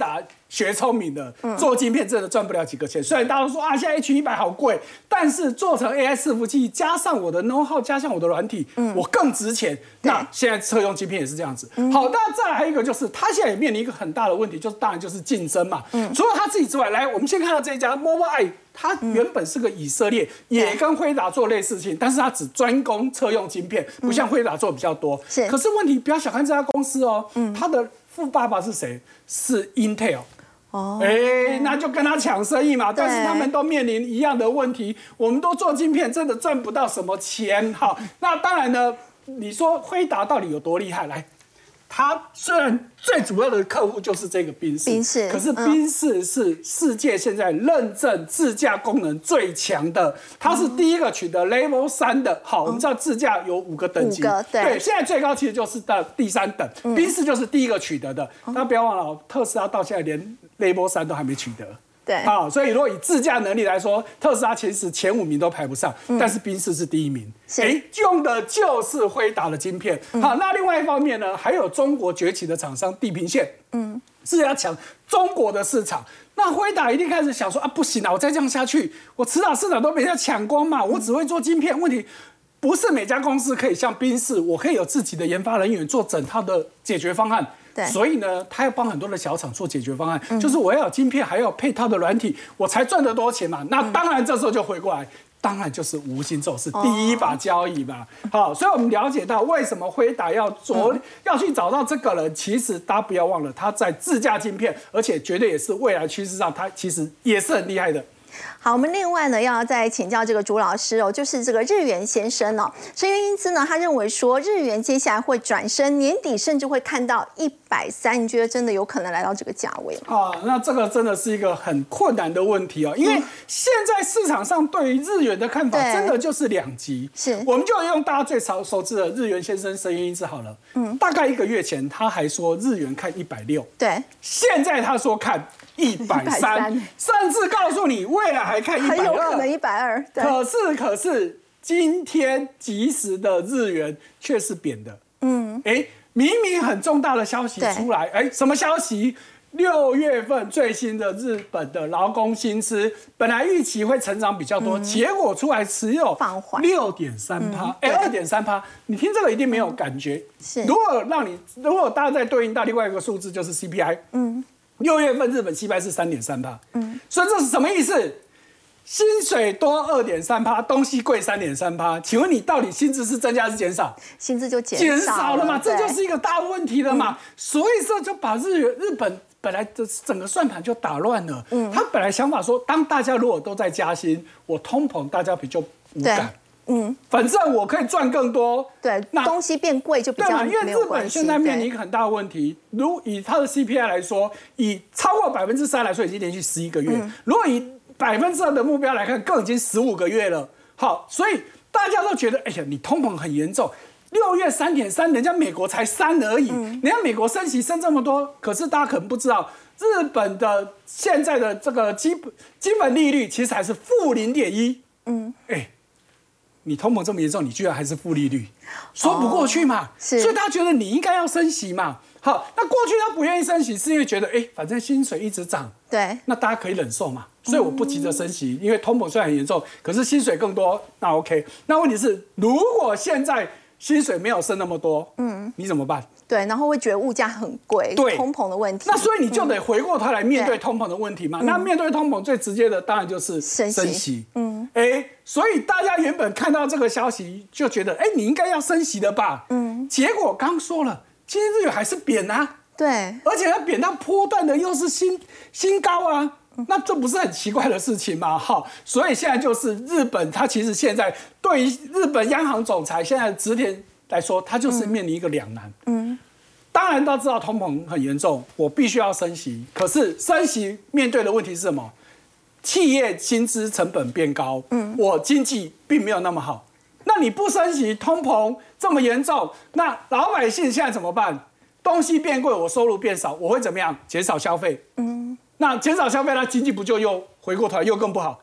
学聪明的，做晶片真的赚不了几个钱。虽然大家都说啊，现在 H 一百好贵，但是做成 A I 伺服器，加上我的 know how， 加上我的软体，我更值钱。那现在车用晶片也是这样子。好，那再来还有一个就是，它现在也面临一个很大的问题，就是当然就是竞争嘛。除了它自己之外，来，我们先看到这一家 Mobileye。它原本是个以色列，也跟辉达做类似事情，但是它只专攻车用晶片，不像辉达做比较多。是，可是问题不要小看这家公司哦，它的富爸爸是谁？是 Intel。哦，哎，那就跟他抢生意嘛。但是他们都面临一样的问题，我们都做晶片，真的赚不到什么钱。好，那当然呢，你说辉达到底有多厉害？来。它虽然最主要的客户就是这个宾士，宾士，可是宾士是世界现在认证自驾功能最强的，它是第一个取得 Level 三的。好，我们知道自驾有五个等级，对，对，现在最高其实就是到第三等，宾士就是第一个取得的。大家不要忘了，特斯拉到现在连 Level 三都还没取得。对，啊，所以如果以自驾能力来说，特斯拉其实前五名都排不上，嗯、但是宾士是第一名。哎，用的就是辉达的晶片。嗯、好，那另外一方面呢，还有中国崛起的厂商地平线，嗯，是要抢中国的市场。那辉达一定开始想说啊，不行啊，我再这样下去，我迟早市场都被人家抢光嘛，我只会做晶片。问题不是每家公司可以像宾士，我可以有自己的研发人员做整套的解决方案。所以呢，他要帮很多的小厂做解决方案，嗯、就是我要有晶片，还要有配套的软体，我才赚得多钱嘛。那当然，这时候就回过来，当然就是无心咒是第一把交椅嘛。哦、好，所以我们了解到为什么辉达要着、嗯、要去找到这个人，其实大家不要忘了，他在自驾晶片，而且绝对也是未来趋势上，他其实也是很厉害的。 好，我们另外呢要再请教这个朱老师哦，就是这个日元先生哦，深渊英资呢，他认为说日元接下来会转升，年底甚至会看到一百三，你觉得真的有可能来到这个价位吗？ 啊，那这个真的是一个很困难的问题哦，因为现在市场上对于日元的看法真的就是两极，是，我们就用大家最熟熟知的日元先生深渊英资好了，嗯，大概一个月前他还说日元看一百六，对，现在他说看。一百三，甚至告诉你未来还看一百二， 很有可能一百二。 可是，可是今天即时的日元却是贬的。嗯，哎，明明很重大的消息出来，哎，什么消息？六月份最新的日本的劳工薪资，本来预期会成长比较多，嗯、结果出来只有六点三趴，哎，二点三趴。你听这个一定没有感觉。是，如果让你，如果大家再对应到另外一个数字，就是 C P I。嗯。六月份日本 C P I 是三点三趴，嗯，所以这是什么意思？薪水多二点三趴，东西贵三点三趴。请问你到底薪资是增加还是减少？ 薪资就减减少了嘛，这就是一个大问题了嘛。嗯、所以说就把日元日本本来的整个算盘就打乱了。嗯，他本来想法说，当大家如果都在加薪，我通膨大家比较无感。嗯，反正我可以赚更多， 对，那东西变贵就比较没有关系。 因为日本现在面临一个很大的问题，如以它的 C P I 来说，以超过百分之三来说，已经连续十一个月；嗯、如果以百分之二的目标来看，更已经十五个月了。好，所以大家都觉得，哎呀，你通膨很严重。六月三点三，人家美国才三而已，嗯、人家美国升息升这么多，可是大家可能不知道，日本的现在的这个基本基本利率其实还是负零点一。嗯，哎。你通膨这么严重，你居然还是负利率，说不过去嘛？是，所以他觉得你应该要升息嘛。好，那过去他不愿意升息，是因为觉得，哎，反正薪水一直涨，对，那大家可以忍受嘛。所以我不急着升息，因为通膨虽然很严重，可是薪水更多，那 OK。那问题是，如果现在薪水没有升那么多，嗯，你怎么办？ 对，然后会觉得物价很贵，对，通膨的问题。 那所以你就得回过头来面对通膨的问题嘛。嗯、那面对通膨最直接的当然就是升息。升息嗯，哎，所以大家原本看到这个消息就觉得，哎，你应该要升息的吧？嗯，结果刚说了，今天日元还是贬啊。对，而且它贬到波段的又是新新高啊。那这不是很奇怪的事情吗？好，所以现在就是日本，它其实现在对于日本央行总裁现在植田来说，他就是面临一个两难。嗯，当然都知道通膨很严重，我必须要升息。可是升息面对的问题是什么？企业薪资成本变高，嗯，我经济并没有那么好。那你不升息，通膨这么严重，那老百姓现在怎么办？东西变贵，我收入变少，我会怎么样？减少消费。嗯，那减少消费，那经济不就又回过头来又更不好？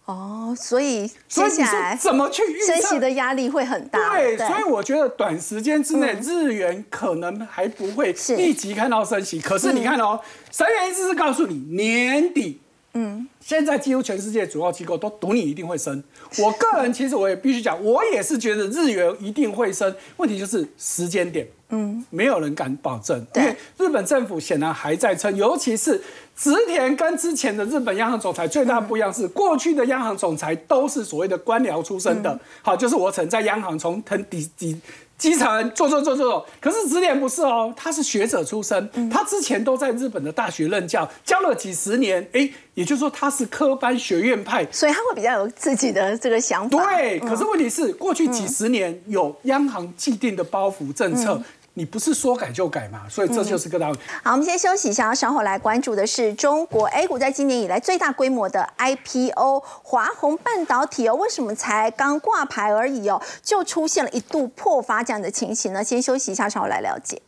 哦，所以所以你接下来说怎么去预测升息的压力会很大。 对，所以我觉得短时间之内、嗯、日元可能还不会立即看到升息。可是你看哦，神元一直是告诉你年底，嗯，现在几乎全世界主要机构都赌你一定会升。我个人其实我也必须讲，我也是觉得日元一定会升，问题就是时间点。嗯，没有人敢保证，因为日本政府显然还在撑，尤其是植田跟之前的日本央行总裁最大不一样是，过去的央行总裁都是所谓的官僚出身的，嗯、好，就是我曾在央行从很底底基层做做做做，可是植田不是哦，他是学者出身，嗯、他之前都在日本的大学任教，教了几十年，哎，也就是说他是科班学院派， 所以他会比较有自己的这个想法。 对，嗯、可是问题是过去几十年有央行既定的包袱政策。嗯你不是说改就改嘛，所以这就是个道理。 嗯、好，我们先休息一下，稍后来关注的是中国 A 股在今年以来最大规模的 I P O 华虹半导体哦，为什么才刚挂牌而已哦，就出现了一度破发这样的情形呢？先休息一下，稍后来了解。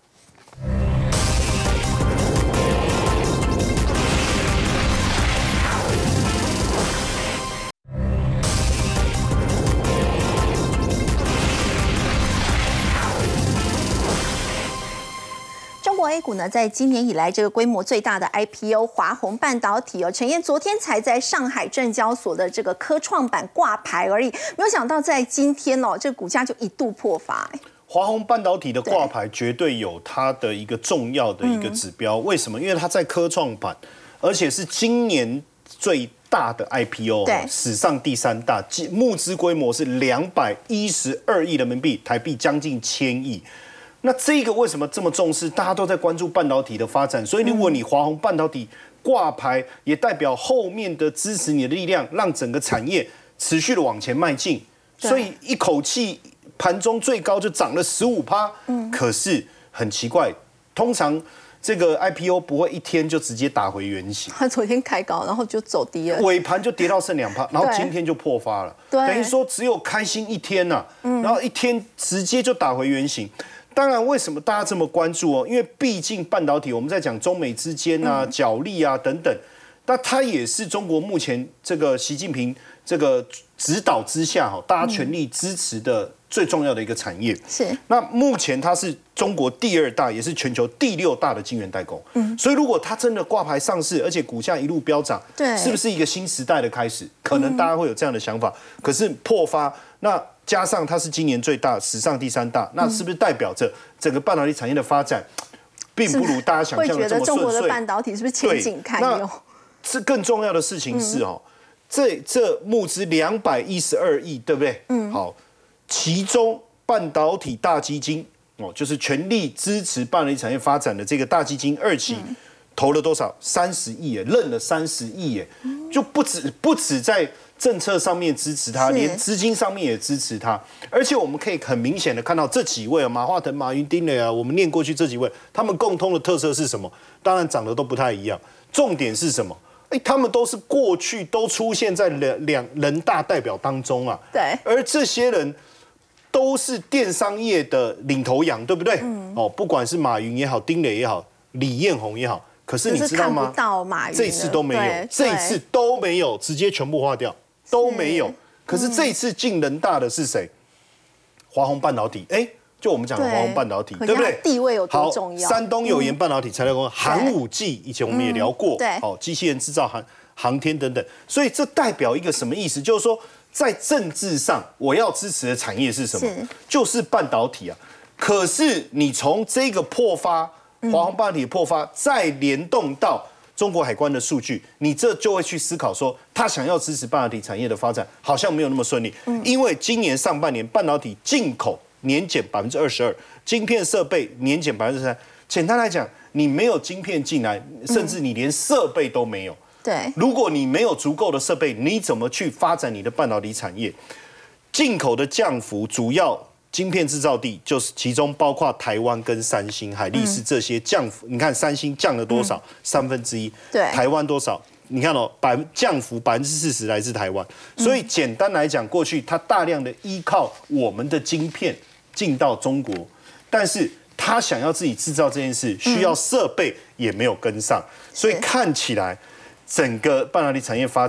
中国 A 股呢，在今年以来这个规模最大的 I P O 华虹半导体哦，陈燕昨天才在上海证交所的这个科创板挂牌而已，没有想到在今天哦，这个股价就一度破发。 华虹半导体的挂牌绝对有它的一个重要的一个指标，为什么？因为它在科创板，而且是今年最大的 I P O， 史上第三大，募资规模是两百一十二亿人民币，台币将近千亿。那这个为什么这么重视？大家都在关注半导体的发展，所以如果你华虹半导体挂牌，也代表后面的支持你的力量，让整个产业持续的往前迈进。所以一口气盘中最高就涨了十五趴。嗯，可是很奇怪，通常这个 I P O 不会一天就直接打回原形。 它昨天开高，然后就走低了， 尾盘就跌到剩两趴，然后今天就破发了。等于说只有开心一天呐、啊，嗯、然后一天直接就打回原形。当然，为什么大家这么关注哦？因为毕竟半导体，我们在讲中美之间啊、角力啊等等，那它也是中国目前这个习近平这个指导之下哈，大家全力支持的最重要的一个产业。 是。 那目前它是中国第二大，也是全球第六大的晶圆代工。嗯。所以如果它真的挂牌上市，而且股价一路飙涨， 对， 是不是一个新时代的开始？可能大家会有这样的想法。可是破发那。加上它是今年最大、史上第三大，那是不是代表着整个半导体产业的发展，并不如大家想象的这么顺遂？会觉得中国的半导体是不是前景堪忧？ 是更重要的事情是哦，这这募资两百一十二亿，对不对？嗯，好，其中半导体大基金哦，就是全力支持半导体产业发展的这个大基金二期。嗯投了多少？三十亿耶，认了三十亿耶，就不止不止在政策上面支持他，连资金上面也支持他。而且我们可以很明显的看到这几位啊，马化腾、马云、丁磊啊，我们念过去这几位，他们共通的特色是什么？当然长得都不太一样。重点是什么？哎，他们都是过去都出现在两两人大代表当中啊。 对。 而这些人都是电商业的领头羊，对不对？嗯。哦，不管是马云也好，丁磊也好，李彦宏也好。可是你知道吗？这一次都没有，这一次都没有，直接全部划掉，都没有。可是这一次进人大的是谁？华虹半导体，哎，就我们讲的华虹半导体，对不对？ 地位有多重要？ 山东有研半导体材料公司、寒武纪，以前我们也聊过， 对， 好，机器人制造、航航天等等。所以这代表一个什么意思？就是说，在政治上，我要支持的产业是什么？就是半导体啊。可是你从这个破发。华虹半导体破发，再联动到中国海关的数据，你这就会去思考说，他想要支持半导体产业的发展，好像没有那么顺利。嗯、因为今年上半年半导体进口年减百分之二十二，晶片设备年减百分之三。简单来讲，你没有晶片进来，甚至你连设备都没有。 对， 如果你没有足够的设备，你怎么去发展你的半导体产业？进口的降幅主要。晶片制造地就是其中包括台湾跟三星、海力士这些降幅，你看三星降了多少？三分之一。 对， 台湾多少？你看哦，百降幅百分之四十来自台湾。所以简单来讲，过去它大量的依靠我们的晶片进到中国，但是它想要自己制造这件事，需要设备也没有跟上，所以看起来整个半导体产业发展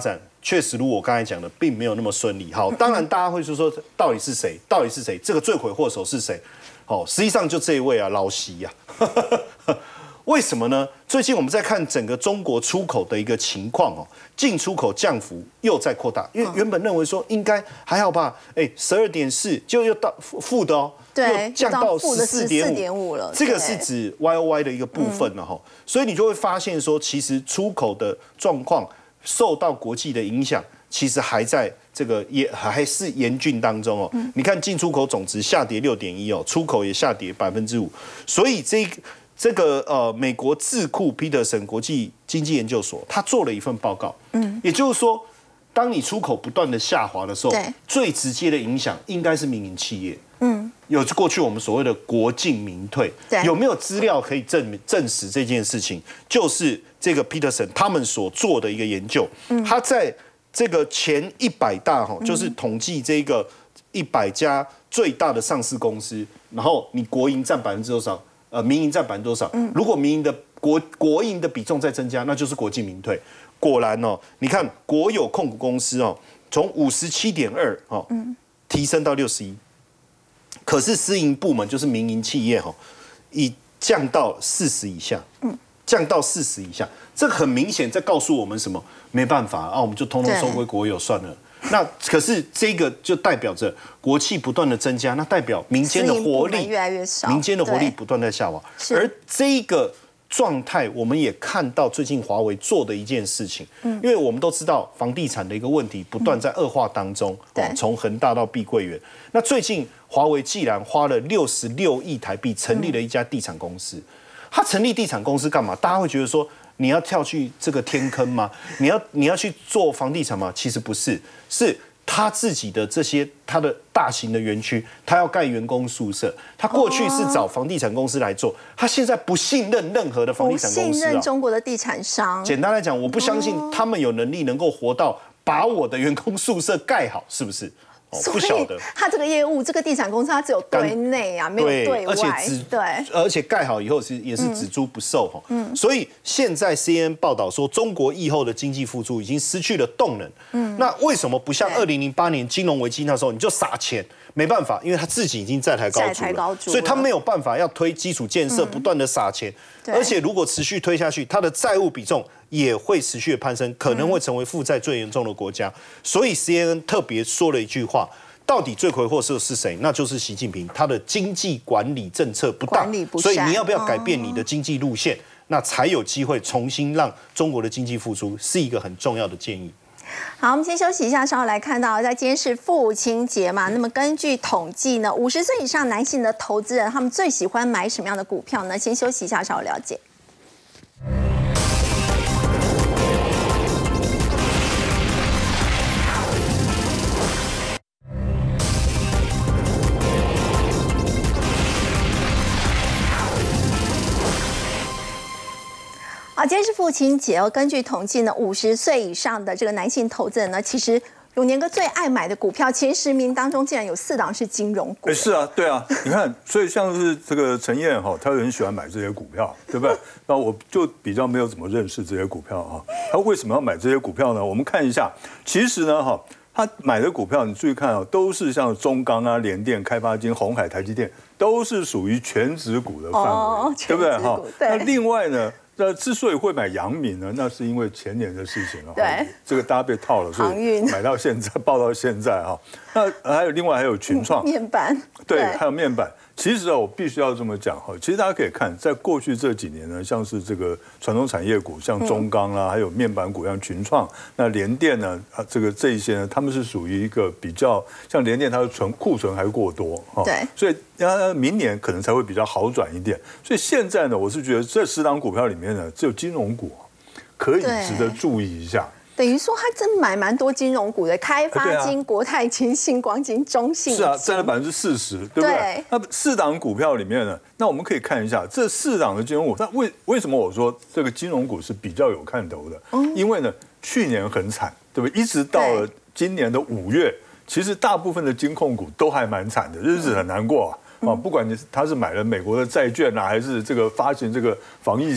确实如我刚才讲的，并没有那么顺利。好，当然大家会说说，到底是谁？到底是谁？这个罪魁祸首是谁？好，实际上就这一位啊，老习呀、啊。为什么呢？最近我们在看整个中国出口的一个情况哦，进出口降幅又在扩大，因为原本认为说应该还好吧，哎，十二点四就又到负的哦， 对， 又降到十四点五了， 这个是指 Y O Y 的一个部分了哈、嗯，所以你就会发现说，其实出口的状况受到国际的影响，其实还在这个也还是严峻当中哦。嗯、你看进出口总值下跌六点一哦，出口也下跌百分之五，所以这个。这个呃，美国智库皮特森国际经济研究所，他做了一份报告，嗯，也就是说，当你出口不断的下滑的时候，最直接的影响应该是民营企业，嗯，有过去我们所谓的国进民退，有没有资料可以证明证实这件事情？就是这个皮特森他们所做的一个研究，嗯，他在这个前一百大哈，就是统计这个一百家最大的上市公司，然后你国营占百分之多少？呃，民营占百分之多少？如果民营的国国营的比重在增加，那就是国进民退。果然哦，你看国有控股公司哦，从五十七点二哦，提升到六十一，可是私营部门就是民营企业哈、哦，已降到四十以下，降到四十以下，这很明显在告诉我们什么？没办法啊，我们就通通收归国有算了。那可是这个就代表着国企不断的增加，那代表民间的活力越来越少， 民间的活力不断在下滑。而这个状态，我们也看到最近华为做的一件事情，嗯，因为我们都知道房地产的一个问题不断在恶化当中，哦，从恒大到碧桂园。那最近华为既然花了六十六亿台币成立了一家地产公司，它成立地产公司干嘛？大家会觉得说，你要跳去这个天坑吗？你要你要去做房地产吗？其实不是，是他自己的这些他的大型的园区，他要盖员工宿舍。他过去是找房地产公司来做，他现在不信任任何的房地产公司， 不信任中国的地产商。 简单来讲，我不相信他们有能力能够活到把我的员工宿舍盖好，是不是？ 哦、不晓得他这个业务，这个地产公司它只有对内啊，没有对外， 而且只对， 而且盖好以后是也是只租不售哈。嗯，所以现在 C N N 报道说，中国疫后的经济复苏已经失去了动能。嗯，那为什么不像二零零八年金融危机那时候你就撒钱？没办法，因为他自己已经债台高筑了，所以他没有办法要推基础建设，不断的撒钱。而且如果持续推下去，他的债务比重也会持续的攀升，可能会成为负债最严重的国家。所以 C N N 特别说了一句话。到底罪魁祸首是谁？那就是习近平，他的经济管理政策不当，所以你要不要改变你的经济路线，那才有机会重新让中国的经济复苏，是一个很重要的建议。 好，我们先休息一下，稍后来看到，在今天是父亲节嘛，那么根据统计呢，五十岁以上男性的投资人，他们最喜欢买什么样的股票呢？先休息一下，稍后了解。好，今天是父亲节哦。根据统计呢，五十岁以上的这个男性投资人呢，其实永年哥最爱买的股票前十名当中，竟然有四档是金融股。 哎，是啊，对啊，你看，所以像是这个陈燕哈，他很喜欢买这些股票，对不对？那我就比较没有怎么认识这些股票哈。他为什么要买这些股票呢？我们看一下，其实呢哈，他买的股票，你注意看啊，都是像中钢啊、联电、开发金、鸿海、台积电，都是属于全指股的范围，哦、对不对哈？那另外呢？那之所以会买阳明呢，那是因为前年的事情了。 对， 这个大家被套了，所以买到现在，报到现在哈。那还有另外还有群创面板， 对，还有面板。其实啊，我必须要这么讲哈。其实大家可以看，在过去这几年呢，像是这个传统产业股，像中钢啦，还有面板股，像群创，那联电呢，啊，这个这一些呢，他们是属于一个比较像联电，它的存库存还过多哈。 对， 所以它明年可能才会比较好转一点。所以现在呢，我是觉得这十档股票里面呢，只有金融股可以值得注意一下。 等于说他真买蛮多金融股的，开发金、啊、国泰金、信光金、中信是啊，占了百分之四十，对不对？对，那四档股票里面呢，那我们可以看一下这四档的金融股。那为为什么我说这个金融股是比较有看头的？嗯，因为呢，去年很惨，对不对？一直到了今年的五月，其实大部分的金控股都还蛮惨的，日子很难过啊。啊，不管你他是买了美国的债券啊，还是这个发行这个防疫险，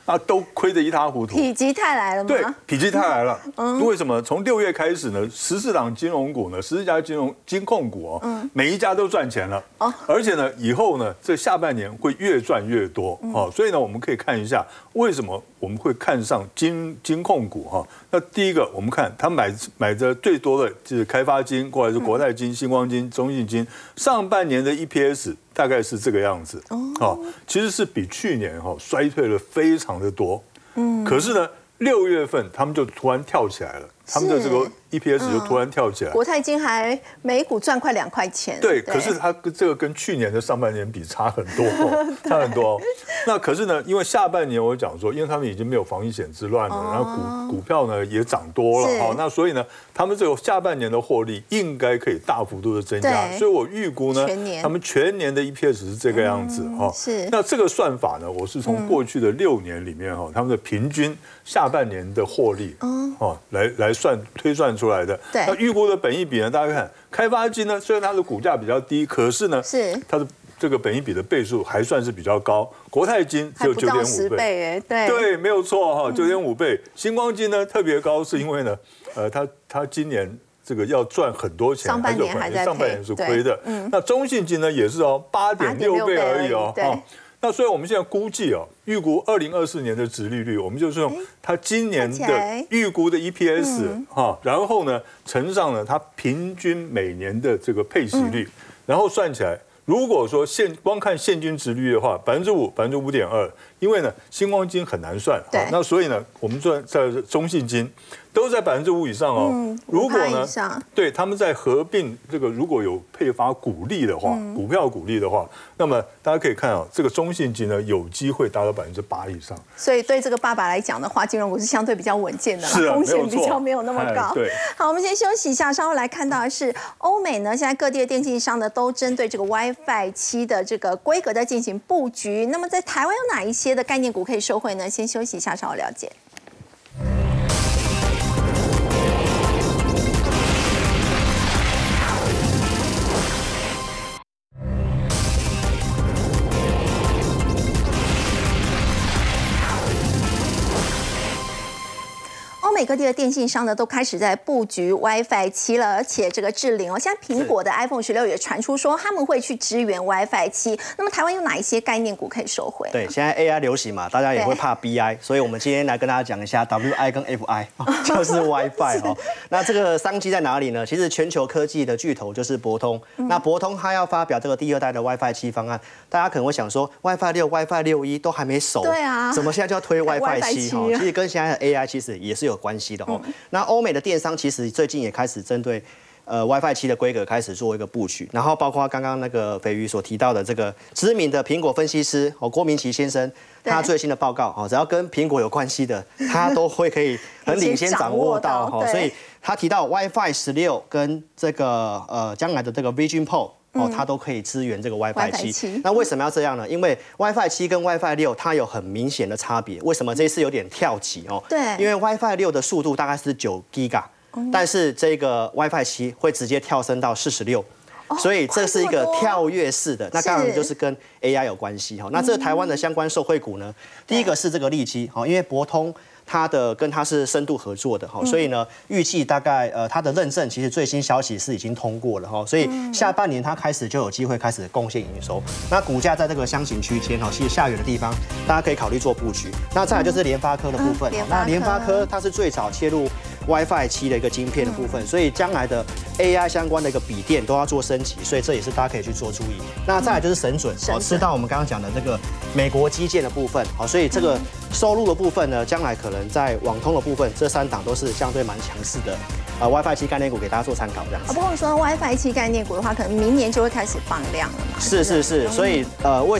啊，都亏得一塌糊涂。 否极泰来了吗？ 对，否极泰来了。嗯，为什么？从六月开始呢，十四档金融股呢，十四家金融金控股哦，嗯、每一家都赚钱了。哦，而且呢，以后呢，这下半年会越赚越多。哦，所以呢，我们可以看一下为什么我们会看上金金控股哈。那第一个，我们看他买买的最多的就是开发金，过来是国泰金、星光金、中信金，上半年的 E P S 大概是这个样子。哦，其实是比去年哈衰退了非常的多。嗯，可是呢，六月份他们就突然跳起来了，他们的这个 E P S 就突然跳起来。 国泰金还每股赚快两块钱。 对，可是它这个跟去年的上半年比差很多，差很多。那可是呢，因为下半年我讲说，因为他们已经没有防疫险之乱了，然后股股票呢也涨多了，好，那所以呢，他们这个下半年的获利应该可以大幅度的增加。所以我预估呢，他们全年的 E P S 是这个样子哈。是。那这个算法呢，我是从过去的六年里面哈，他们的平均下半年的获利哦来来算推算出来的。 对。 那预估的本益比呢，大家看开发金呢，虽然它的股价比较低，可是呢， 是它的这个本益比的倍数还算是比较高。国泰金只有九点五倍， 对对，没有错哈，九点五倍。星光金呢特别高，是因为呢，呃，它它今年这个要赚很多钱， 上半年还在上半年是亏的。嗯，那中信金呢也是哦，八点六倍而已哦。哈，那所以我们现在估计哦，预估二零二四年的殖利率，我们就是用它今年的预估的 E P S 哈，然后呢乘上了它平均每年的这个配息率，然后算起来。如果说现光看现金殖利率的话，百分之五、百分之五点二，因为呢，星光金很难算， 对， 那所以呢，我们在在中信金都在百分之五以上哦。嗯，如果呢，对，他们在合并这个如果有配发股利的话，嗯、股票股利的话，那么大家可以看啊，这个中信金呢有机会达到百分之八以上。 所以对这个爸爸来讲的话，金融股是相对比较稳健的， 是啊， 风险比较没有那么高。 对， 好，我们先休息一下，稍后来看到的是欧美呢，现在各地的电信商呢都针对这个 WiFi 七的这个规格在进行布局。那么在台湾有哪一些的概念股可以受惠呢？先休息一下，稍后了解。欧美各地的电信商呢，都开始在布局 WiFi 七了，而且这个智龄哦，现在苹果的 iPhone 十六也传出说他们会去支援 WiFi 七。那么台湾有哪一些概念股可以受惠？ 对，现在 A I 流行嘛，大家也会怕 B I， 所以我们今天来跟大家讲一下 W I 跟 F I， 就是 WiFi 哦。那这个商机在哪里呢？其实全球科技的巨头就是博通，嗯、那博通它要发表这个第二代的 WiFi 七方案，大家可能会想说 WiFi 六、WiFi 六 一都还没熟， 对啊， 怎么现在就要推 WiFi 七？哈，其实跟现在的 A I 其实也是有关系的哦。嗯、那欧美的电商其实最近也开始针对呃 WiFi 七的规格开始做一个布局，然后包括刚刚那个斐瑜所提到的这个知名的苹果分析师哦郭明奇先生，他最新的报告哦，只要跟苹果有关系的，他都会可以很领先掌握到哈，所以他提到 WiFi 十六跟这个呃将来的这个 Vision Pro。哦，它都可以支援这个 WiFi 七。那为什么要这样呢？因为 WiFi 七跟 WiFi 六它有很明显的差别。为什么这一次有点跳级哦？ 对， 因为 WiFi 六的速度大概是九 Giga，、嗯、但是这个 WiFi 七会直接跳升到四十六。所以这是一个跳跃式的，那当然就是跟 A I 有关系哈。那这台湾的相关受惠股呢，第一个是这个利基，哈，因为博通它的跟它是深度合作的哈，所以呢，预计大概呃它的认证其实最新消息是已经通过了哈，所以下半年它开始就有机会开始贡献营收。那股价在这个箱型区间哈，其实下缘的地方大家可以考虑做布局。那再来就是联发科的部分，那联发科它是最早切入 WiFi 七的一个晶片的部分，所以将来的 A I 相关的一个笔电都要做升级，所以这也是大家可以去做注意。那再来就是神准，好，吃到我们刚刚讲的这个美国基建的部分，好，所以这个收入的部分呢，将来可能在网通的部分，这三档都是相对蛮强势的。呃 ，WiFi 七概念股给大家做参考，这样子。 不过说 WiFi 七概念股的话，可能明年就会开始放量了嘛。 是是是，所以呃为